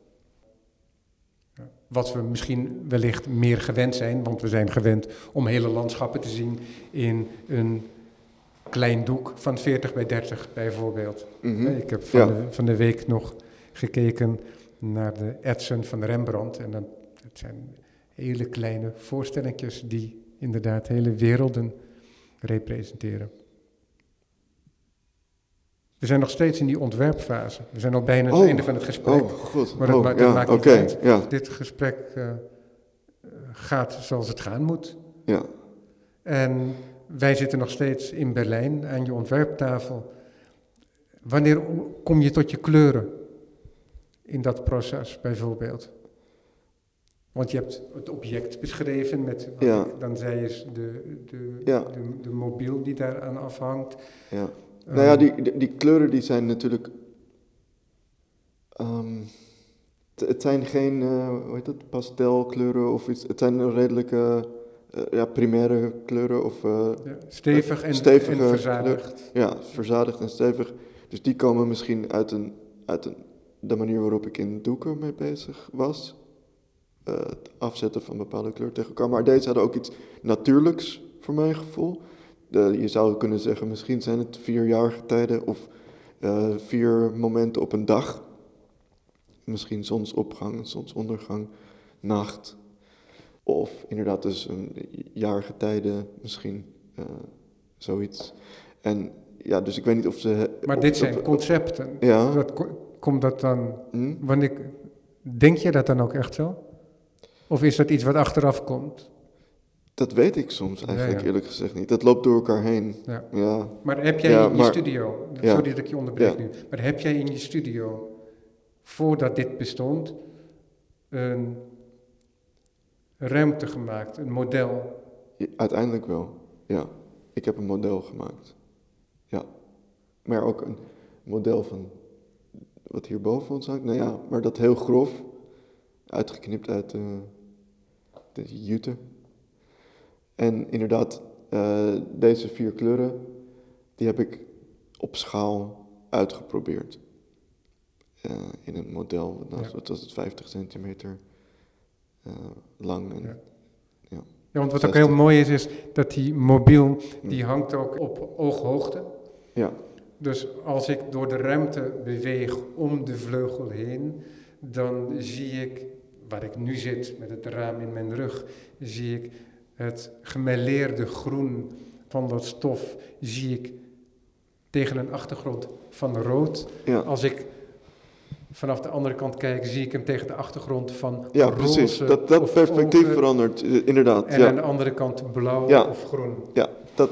Wat we misschien wellicht meer gewend zijn, want we zijn gewend om hele landschappen te zien in een klein doek van 40 bij 30 bijvoorbeeld. Ik heb van de week nog gekeken naar de etsen van Rembrandt. En het zijn hele kleine voorstellingjes die inderdaad hele werelden representeren. We zijn nog steeds in die ontwerpfase. We zijn al bijna het einde van het gesprek. Goed. Maar dat maakt niet uit. Ja. Dit gesprek gaat zoals het gaan moet. Ja. En wij zitten nog steeds in Berlijn aan je ontwerptafel. Wanneer kom je tot je kleuren in dat proces bijvoorbeeld? Want je hebt het object beschreven met wat ik dan zei is de mobiel die daaraan afhangt. Ja. Nou ja, die kleuren die zijn natuurlijk... het zijn geen, pastelkleuren of iets. Het zijn redelijke, primaire kleuren of... stevig en verzadigd. Verzadigd en stevig. Dus die komen misschien uit de manier waarop ik in doeken mee bezig was. Het afzetten van bepaalde kleuren tegen elkaar. Maar deze hadden ook iets natuurlijks, voor mijn gevoel. Je zou kunnen zeggen, misschien zijn het 4 jaargetijden of 4 momenten op een dag. Misschien zonsopgang, zonsondergang, nacht. Of inderdaad dus een jaargetijden, misschien zoiets. En ja, dus ik weet niet of ze... Maar dit zijn concepten. Ja. Komt dat dan... Denk je dat dan ook echt zo? Of is dat iets wat achteraf komt? Dat weet ik soms eigenlijk eerlijk gezegd niet. Dat loopt door elkaar heen. Ja. Maar heb jij in je studio, sorry dat ik je onderbreek nu, maar heb jij in je studio, voordat dit bestond, een ruimte gemaakt, een model? Uiteindelijk wel, ja. Ik heb een model gemaakt. Ja. Maar ook een model van wat hier boven ons hangt. Nou ja, maar dat heel grof, uitgeknipt uit de jute. En inderdaad, deze 4 kleuren, die heb ik op schaal uitgeprobeerd. In een model, wat was het, 50 centimeter lang. En, ja, want wat ook heel mooi is dat die mobiel, die hangt ook op ooghoogte. Ja. Dus als ik door de ruimte beweeg om de vleugel heen, dan zie ik, waar ik nu zit met het raam in mijn rug, zie ik het gemêleerde groen van dat stof, zie ik tegen een achtergrond van rood. Ja. Als ik vanaf de andere kant kijk, zie ik hem tegen de achtergrond van roze. Ja, precies. Dat perspectief verandert, inderdaad. En aan de andere kant blauw of groen. Ja,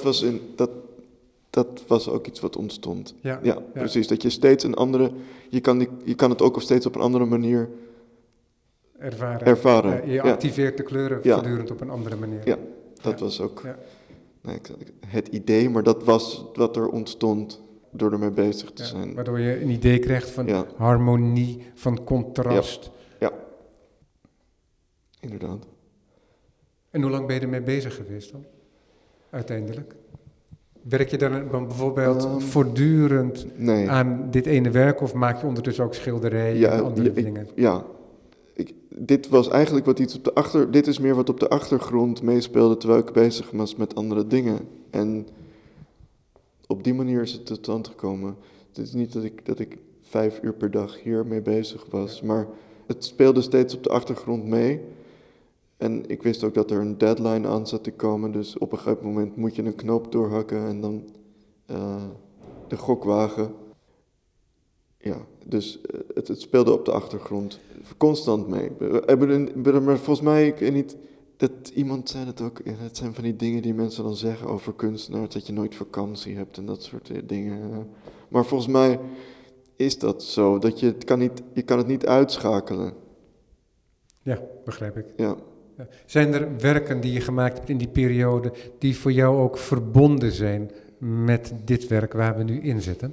dat was ook iets wat ontstond. Ja, precies. Dat je steeds een andere... Je kan het ook steeds op een andere manier ervaren. Je activeert de kleuren voortdurend op een andere manier. Ja, dat was ook het idee, maar dat was wat er ontstond door ermee bezig te zijn. Waardoor je een idee krijgt van harmonie, van contrast. Ja, inderdaad. En hoe lang ben je ermee bezig geweest dan, uiteindelijk? Werk je dan bijvoorbeeld voortdurend aan dit ene werk of maak je ondertussen ook schilderijen en andere dingen? Dit was eigenlijk dit is meer wat op de achtergrond meespeelde terwijl ik bezig was met andere dingen. En op die manier is het tot stand gekomen. Het is niet dat ik 5 uur per dag hiermee bezig was, maar het speelde steeds op de achtergrond mee. En ik wist ook dat er een deadline aan zat te komen, dus op een gegeven moment moet je een knoop doorhakken en dan de gok wagen. Ja, dus het speelde op de achtergrond constant mee. Maar volgens mij, Dat iemand zei dat ook, het zijn van die dingen die mensen dan zeggen over kunstenaars, dat je nooit vakantie hebt en dat soort dingen. Maar volgens mij is dat zo, dat je kan het niet uitschakelen. Ja, begrijp ik. Ja. Ja. Zijn er werken die je gemaakt hebt in die periode die voor jou ook verbonden zijn met dit werk waar we nu in zitten?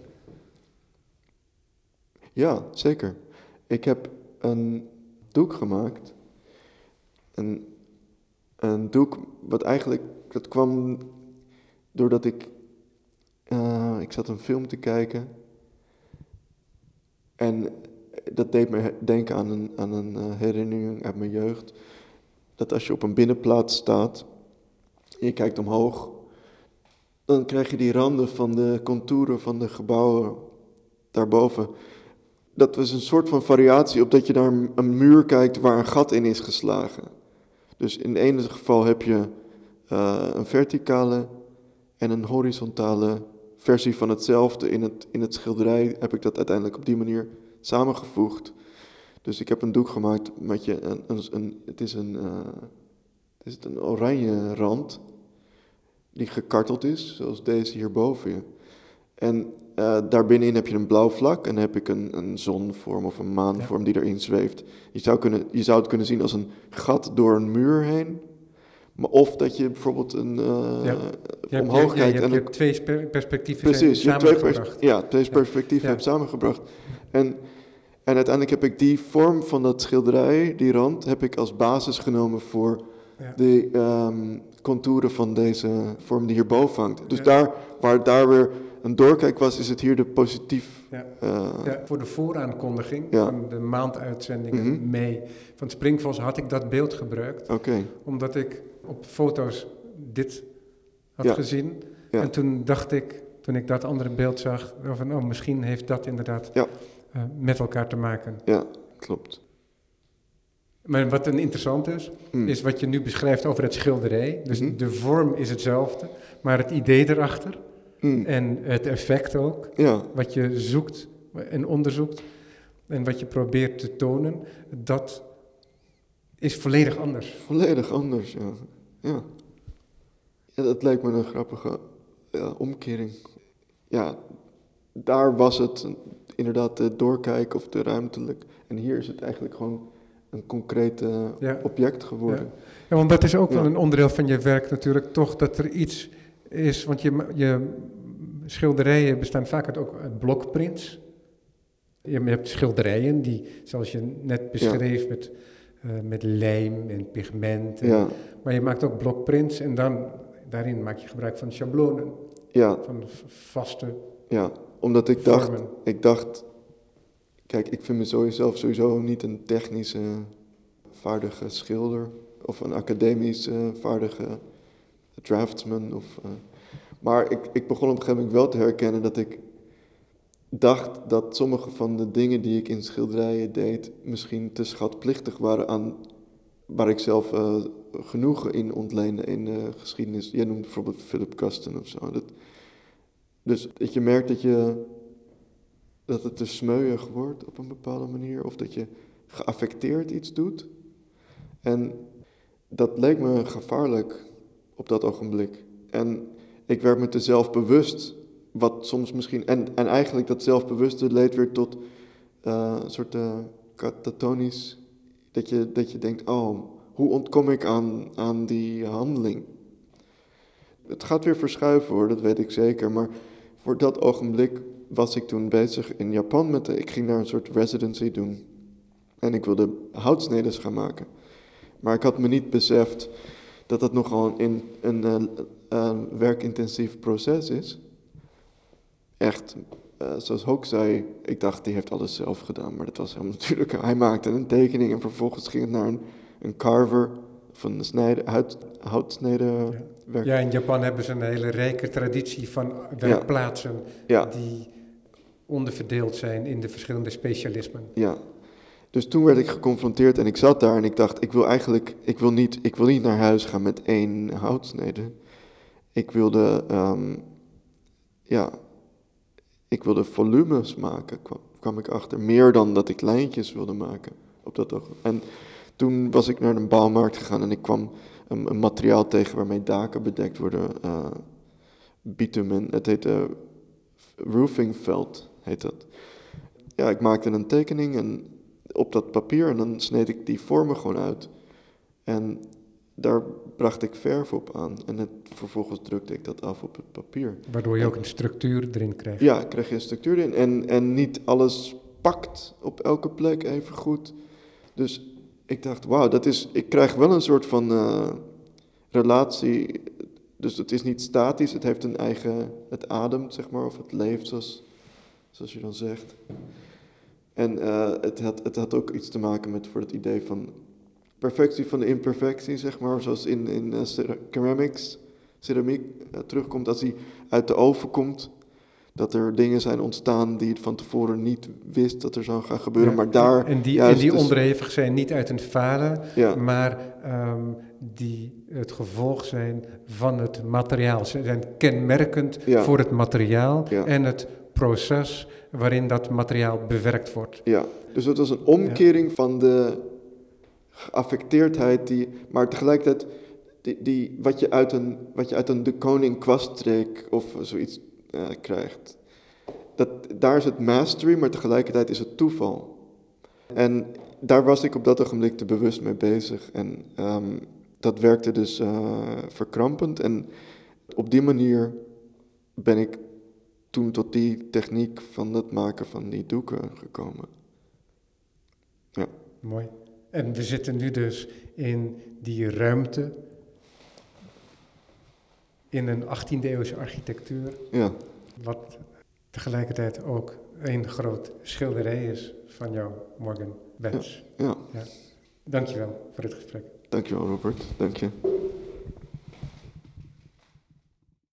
Ja, zeker. Ik heb een doek gemaakt. Een doek wat eigenlijk, dat kwam doordat ik zat een film te kijken. En dat deed me denken aan een herinnering uit mijn jeugd. Dat als je op een binnenplaats staat en je kijkt omhoog, dan krijg je die randen van de contouren van de gebouwen daarboven. Dat was een soort van variatie op dat je naar een muur kijkt waar een gat in is geslagen. Dus in het ene geval heb je een verticale en een horizontale versie van hetzelfde. In het schilderij heb ik dat uiteindelijk op die manier samengevoegd. Dus ik heb een doek gemaakt met het is een oranje rand die gekarteld is, zoals deze hierboven je. En daarbinnenin heb je een blauw vlak en dan heb ik een zonvorm of een maanvorm die erin zweeft. Je zou het kunnen zien als een gat door een muur heen. Maar of dat je bijvoorbeeld omhoog kijkt. Je hebt twee perspectieven precies, samengebracht. Twee perspectieven heb samengebracht. En uiteindelijk heb ik die vorm van dat schilderij, die rand, heb ik als basis genomen voor de contouren van deze vorm die hierboven hangt. Dus waar daar weer een doorkijk was, is het hier de positief. Voor de vooraankondiging van de maanduitzendingen mei van Springvoss had ik dat beeld gebruikt. Omdat ik op foto's dit had gezien. Ja. En toen dacht ik, toen ik dat andere beeld zag, van misschien heeft dat inderdaad met elkaar te maken. Ja, klopt. Maar wat dan interessant is wat je nu beschrijft over het schilderij. Dus de vorm is hetzelfde, maar het idee erachter en het effect ook, wat je zoekt en onderzoekt en wat je probeert te tonen, dat is volledig anders. Volledig anders, ja. Dat lijkt me een grappige omkering. Ja, daar was het inderdaad de doorkijk of de ruimtelijk. En hier is het eigenlijk gewoon een concreet object geworden. Ja, want dat is ook wel een onderdeel van je werk natuurlijk, toch dat er iets is, want je schilderijen bestaan vaak uit blokprints. Je hebt schilderijen die, zoals je net beschreef, met lijm en pigment. Maar je maakt ook blokprints en daarin maak je gebruik van schablonen. Ja. Van vaste omdat ik dacht, kijk, ik vind me sowieso niet een technische vaardige schilder of een academisch vaardige draftsman. Maar ik begon op een gegeven moment wel te herkennen dat ik dacht dat sommige van de dingen die ik in schilderijen deed misschien te schatplichtig waren aan waar ik zelf genoegen in ontleende in de geschiedenis. Jij noemt bijvoorbeeld Philip Custon of zo. Dus dat je merkt dat het te smeuig wordt op een bepaalde manier, of dat je geaffecteerd iets doet. En dat leek me gevaarlijk op dat ogenblik. En ik werd me te zelfbewust, wat soms misschien, en eigenlijk dat zelfbewuste leed weer tot een soort catatonisch, dat je denkt, hoe ontkom ik aan die handeling? Het gaat weer verschuiven hoor, dat weet ik zeker, maar voor dat ogenblik was ik toen bezig in Japan ik ging daar een soort residency doen. En ik wilde houtsneden gaan maken. Maar ik had me niet beseft dat dat nogal een werkintensief proces is. Echt, zoals Hoek zei, ik dacht die heeft alles zelf gedaan. Maar dat was hem natuurlijk, hij maakte een tekening en vervolgens ging het naar een carver van houtsneden werk. Ja, in Japan hebben ze een hele rijke traditie van werkplaatsen die onderverdeeld zijn in de verschillende specialismen. Ja, dus toen werd ik geconfronteerd en ik zat daar en ik dacht, ik wil niet naar huis gaan met 1 houtsnede. Ik wilde volumes maken, kwam ik achter. Meer dan dat ik lijntjes wilde maken op dat ogenblik. En toen was ik naar een bouwmarkt gegaan en ik kwam een materiaal tegen waarmee daken bedekt worden. Bitumen, het heet roofingfelt, heet dat. Ja, ik maakte een tekening en op dat papier en dan sneed ik die vormen gewoon uit. En daar bracht ik verf op aan en vervolgens drukte ik dat af op het papier. Waardoor je ook een structuur erin krijgt. Ja, krijg je een structuur in en niet alles pakt op elke plek even goed. Dus ik dacht, wauw, ik krijg wel een soort van relatie. Dus het is niet statisch, het heeft een eigen, het ademt, zeg maar, of het leeft, zoals je dan zegt. En het had ook iets te maken met voor het idee van perfectie van de imperfectie, zeg maar, zoals in ceramiek terugkomt, als die uit de oven komt, dat er dingen zijn ontstaan die het van tevoren niet wist dat er zou gaan gebeuren, Ja, maar daar... En die onderhevig zijn niet uit een falen, maar die het gevolg zijn van het materiaal. Ze zijn kenmerkend voor het materiaal en het proces waarin dat materiaal bewerkt wordt. Ja, dus het was een omkering van de geaffecteerdheid, maar tegelijkertijd wat je uit een de koning kwaststreek of zoiets krijgt. Daar is het mastery, maar tegelijkertijd is het toeval. En daar was ik op dat ogenblik te bewust mee bezig. En dat werkte dus verkrampend. En op die manier ben ik toen tot die techniek van het maken van die doeken gekomen. Ja. Mooi. En we zitten nu dus in die ruimte, in een 18e eeuwse architectuur, wat tegelijkertijd ook een groot schilderij is van jou, Morgan Wens. Ja. Dankjewel voor het gesprek. Dankjewel, Robert. Dank je.